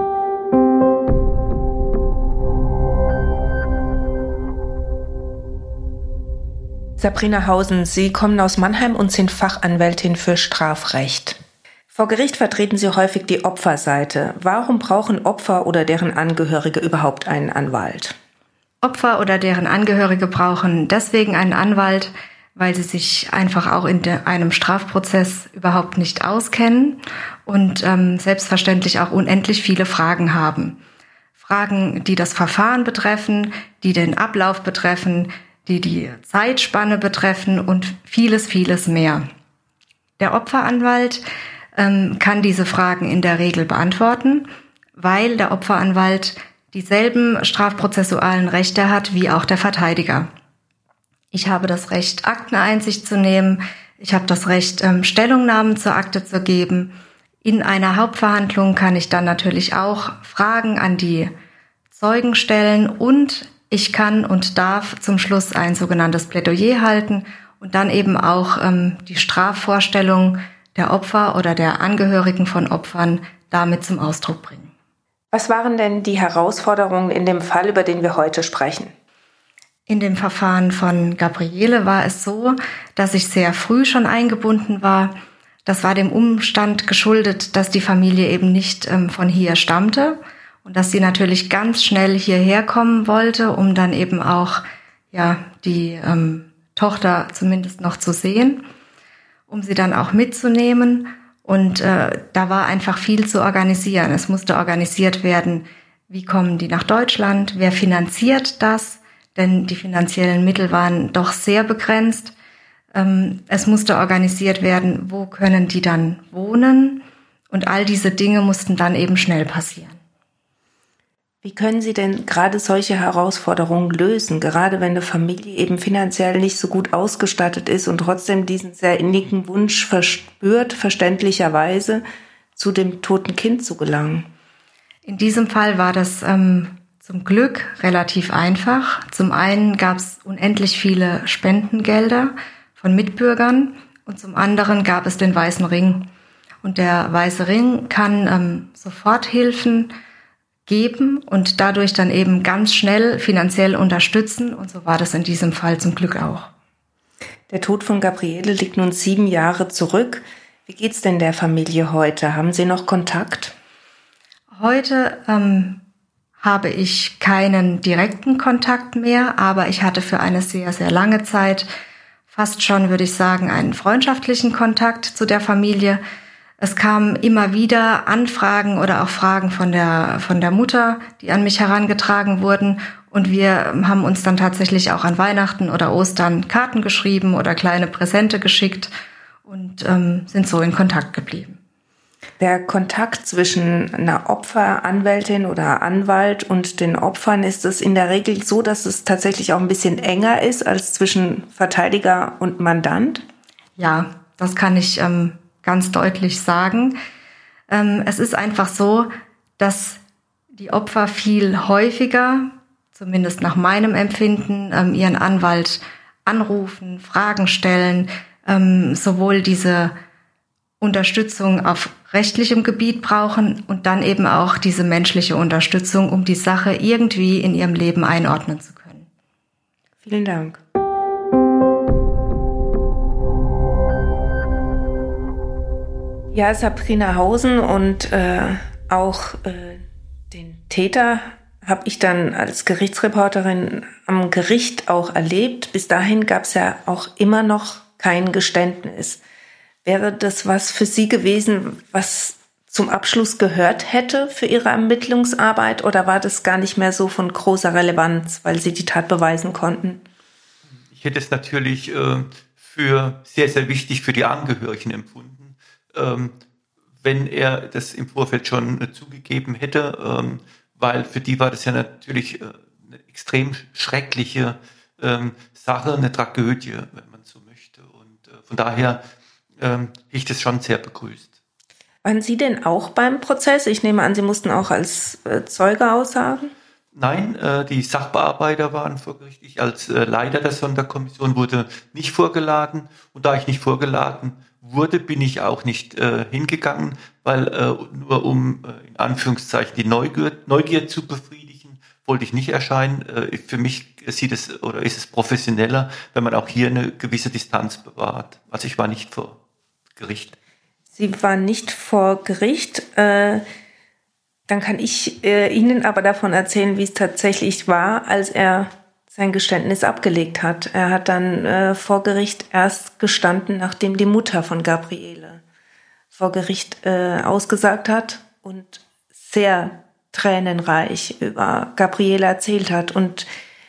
Sabrina Hausen, Sie kommen aus Mannheim und sind Fachanwältin für Strafrecht. Vor Gericht vertreten Sie häufig die Opferseite. Warum brauchen Opfer oder deren Angehörige überhaupt einen Anwalt? Opfer oder deren Angehörige brauchen deswegen einen Anwalt, weil sie sich einfach auch in de, einem Strafprozess überhaupt nicht auskennen und ähm, selbstverständlich auch unendlich viele Fragen haben. Fragen, die das Verfahren betreffen, die den Ablauf betreffen, die die Zeitspanne betreffen und vieles, vieles mehr. Der Opferanwalt ähm, kann diese Fragen in der Regel beantworten, weil der Opferanwalt dieselben strafprozessualen Rechte hat wie auch der Verteidiger. Ich habe das Recht, Akteneinsicht zu nehmen. Ich habe das Recht, ähm, Stellungnahmen zur Akte zu geben. In einer Hauptverhandlung kann ich dann natürlich auch Fragen an die Zeugen stellen und ich kann und darf zum Schluss ein sogenanntes Plädoyer halten und dann eben auch ähm, die Strafvorstellung der Opfer oder der Angehörigen von Opfern damit zum Ausdruck bringen. Was waren denn die Herausforderungen in dem Fall, über den wir heute sprechen? In dem Verfahren von Gabriele war es so, dass ich sehr früh schon eingebunden war. Das war dem Umstand geschuldet, dass die Familie eben nicht ähm, von hier stammte und dass sie natürlich ganz schnell hierher kommen wollte, um dann eben auch ja die ähm, Tochter zumindest noch zu sehen, um sie dann auch mitzunehmen. Und äh, da war einfach viel zu organisieren. Es musste organisiert werden, wie kommen die nach Deutschland, wer finanziert das? Denn die finanziellen Mittel waren doch sehr begrenzt. Ähm, es musste organisiert werden, wo können die dann wohnen? Und all diese Dinge mussten dann eben schnell passieren. Wie können Sie denn gerade solche Herausforderungen lösen, gerade wenn eine Familie eben finanziell nicht so gut ausgestattet ist und trotzdem diesen sehr innigen Wunsch verspürt, verständlicherweise zu dem toten Kind zu gelangen? In diesem Fall war das ähm, zum Glück relativ einfach. Zum einen gab es unendlich viele Spendengelder von Mitbürgern und zum anderen gab es den Weißen Ring. Und der Weiße Ring kann ähm, Soforthilfen geben und dadurch dann eben ganz schnell finanziell unterstützen. Und so war das in diesem Fall zum Glück auch. Der Tod von Gabriele liegt nun sieben Jahre zurück. Wie geht's denn der Familie heute? Haben Sie noch Kontakt? Heute ähm, habe ich keinen direkten Kontakt mehr, aber ich hatte für eine sehr, sehr lange Zeit fast schon, würde ich sagen, einen freundschaftlichen Kontakt zu der Familie. Es kamen immer wieder Anfragen oder auch Fragen von der, von der Mutter, die an mich herangetragen wurden. Und wir haben uns dann tatsächlich auch an Weihnachten oder Ostern Karten geschrieben oder kleine Präsente geschickt und ähm, sind so in Kontakt geblieben. Der Kontakt zwischen einer Opferanwältin oder Anwalt und den Opfern, ist es in der Regel so, dass es tatsächlich auch ein bisschen enger ist als zwischen Verteidiger und Mandant? Ja, das kann ich ähm, ganz deutlich sagen. Ähm, es ist einfach so, dass die Opfer viel häufiger, zumindest nach meinem Empfinden, ähm, ihren Anwalt anrufen, Fragen stellen, ähm, sowohl diese Unterstützung auf rechtlichem Gebiet brauchen und dann eben auch diese menschliche Unterstützung, um die Sache irgendwie in ihrem Leben einordnen zu können. Vielen Dank. Ja, Sabrina Hausen und äh, auch äh, den Täter habe ich dann als Gerichtsreporterin am Gericht auch erlebt. Bis dahin gab es ja auch immer noch kein Geständnis. Wäre das was für Sie gewesen, was zum Abschluss gehört hätte für Ihre Ermittlungsarbeit, oder war das gar nicht mehr so von großer Relevanz, weil Sie die Tat beweisen konnten? Ich hätte es natürlich äh, für sehr, sehr wichtig für die Angehörigen empfunden, ähm, wenn er das im Vorfeld schon äh, zugegeben hätte, ähm, weil für die war das ja natürlich äh, eine extrem schreckliche ähm, Sache, eine Tragödie, wenn man so möchte. Und äh, von daher ähm, ich das schon sehr begrüßt. Waren Sie denn auch beim Prozess? Ich nehme an, Sie mussten auch als äh, Zeuge aussagen? Nein, äh, die Sachbearbeiter waren vor Gericht. Ich als äh, Leiter der Sonderkommission wurde nicht vorgeladen. Und da ich nicht vorgeladen wurde, bin ich auch nicht äh, hingegangen, weil äh, nur um äh, in Anführungszeichen die Neugier, Neugier zu befriedigen, wollte ich nicht erscheinen. Äh, für mich sieht es oder ist es professioneller, wenn man auch hier eine gewisse Distanz bewahrt. Also ich war nicht vor Gericht. Sie waren nicht vor Gericht. Äh, dann kann ich äh, Ihnen aber davon erzählen, wie es tatsächlich war, als er sein Geständnis abgelegt hat. Er hat dann äh, vor Gericht erst gestanden, nachdem die Mutter von Gabriele vor Gericht äh, ausgesagt hat und sehr tränenreich über Gabriele erzählt hat und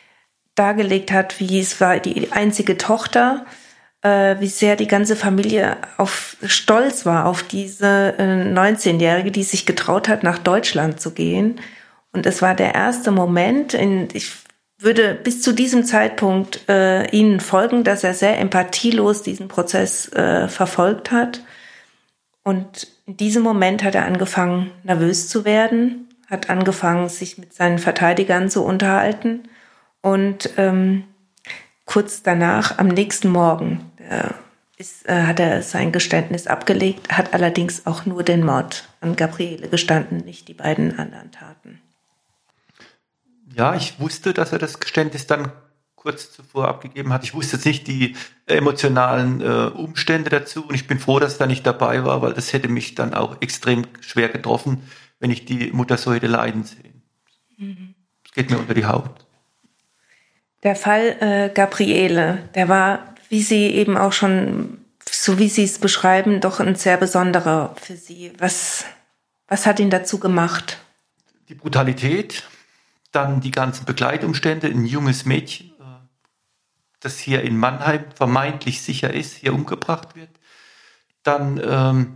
dargelegt hat, wie es war, die einzige Tochter, äh, wie sehr die ganze Familie auf, stolz war auf diese äh, neunzehnjährige, die sich getraut hat, nach Deutschland zu gehen. Und es war der erste Moment, in, ich würde bis zu diesem Zeitpunkt äh, Ihnen folgen, dass er sehr empathielos diesen Prozess äh, verfolgt hat. Und in diesem Moment hat er angefangen, nervös zu werden, hat angefangen, sich mit seinen Verteidigern zu unterhalten. Und ähm, kurz danach, am nächsten Morgen, äh, ist, äh, hat er sein Geständnis abgelegt, hat allerdings auch nur den Mord an Gabriele gestanden, nicht die beiden anderen Taten. Ja, ich wusste, dass er das Geständnis dann kurz zuvor abgegeben hat. Ich wusste jetzt nicht die emotionalen äh, Umstände dazu und ich bin froh, dass er nicht dabei war, weil das hätte mich dann auch extrem schwer getroffen, wenn ich die Mutter so hätte leiden sehen. Mhm. Das geht mir unter die Haut. Der Fall äh, Gabriele, der war, wie Sie eben auch schon, so wie Sie es beschreiben, doch ein sehr besonderer für Sie. Was, was hat ihn dazu gemacht? Die Brutalität, dann die ganzen Begleitumstände, ein junges Mädchen, das hier in Mannheim vermeintlich sicher ist, hier umgebracht wird. Dann ähm,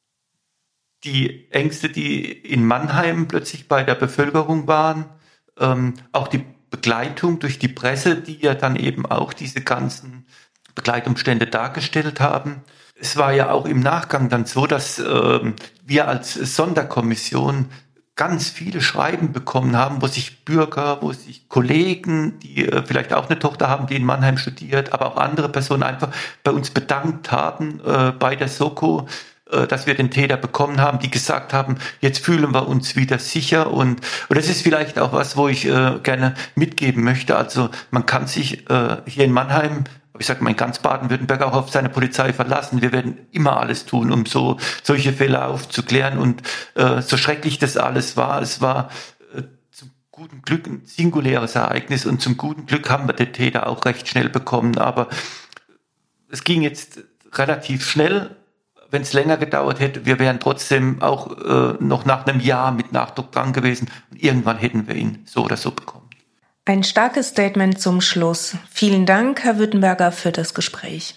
die Ängste, die in Mannheim plötzlich bei der Bevölkerung waren, ähm, auch die Begleitung durch die Presse, die ja dann eben auch diese ganzen Begleitumstände dargestellt haben. Es war ja auch im Nachgang dann so, dass äh, wir als Sonderkommission ganz viele Schreiben bekommen haben, wo sich Bürger, wo sich Kollegen, die äh, vielleicht auch eine Tochter haben, die in Mannheim studiert, aber auch andere Personen einfach bei uns bedankt haben äh, bei der Soko, äh, dass wir den Täter bekommen haben, die gesagt haben, jetzt fühlen wir uns wieder sicher. Und, und das ist vielleicht auch was, wo ich äh, gerne mitgeben möchte. Also man kann sich äh, hier in Mannheim, ich sage mal in ganz Baden-Württemberg, auch auf seine Polizei verlassen. Wir werden immer alles tun, um so solche Fälle aufzuklären. Und äh, so schrecklich das alles war, es war äh, zum guten Glück ein singuläres Ereignis und zum guten Glück haben wir den Täter auch recht schnell bekommen. Aber es ging jetzt relativ schnell. Wenn es länger gedauert hätte, wir wären trotzdem auch äh, noch nach einem Jahr mit Nachdruck dran gewesen. Und irgendwann hätten wir ihn so oder so bekommen. Ein starkes Statement zum Schluss. Vielen Dank, Herr Württemberger, für das Gespräch.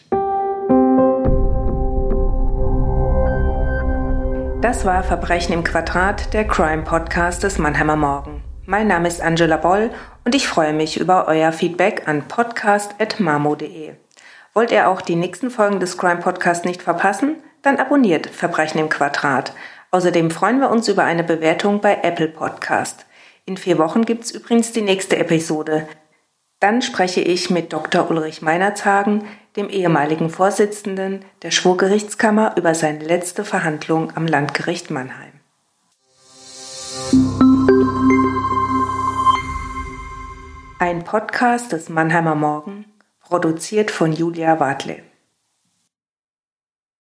Das war Verbrechen im Quadrat, der Crime-Podcast des Mannheimer Morgen. Mein Name ist Angela Boll und ich freue mich über euer Feedback an podcast at mamo punkt de. Wollt ihr auch die nächsten Folgen des Crime-Podcasts nicht verpassen? Dann abonniert Verbrechen im Quadrat. Außerdem freuen wir uns über eine Bewertung bei Apple Podcast. In vier Wochen gibt's übrigens die nächste Episode. Dann spreche ich mit Doktor Ulrich Meinertshagen, dem ehemaligen Vorsitzenden der Schwurgerichtskammer, über seine letzte Verhandlung am Landgericht Mannheim. Ein Podcast des Mannheimer Morgen, produziert von Julia Wadle.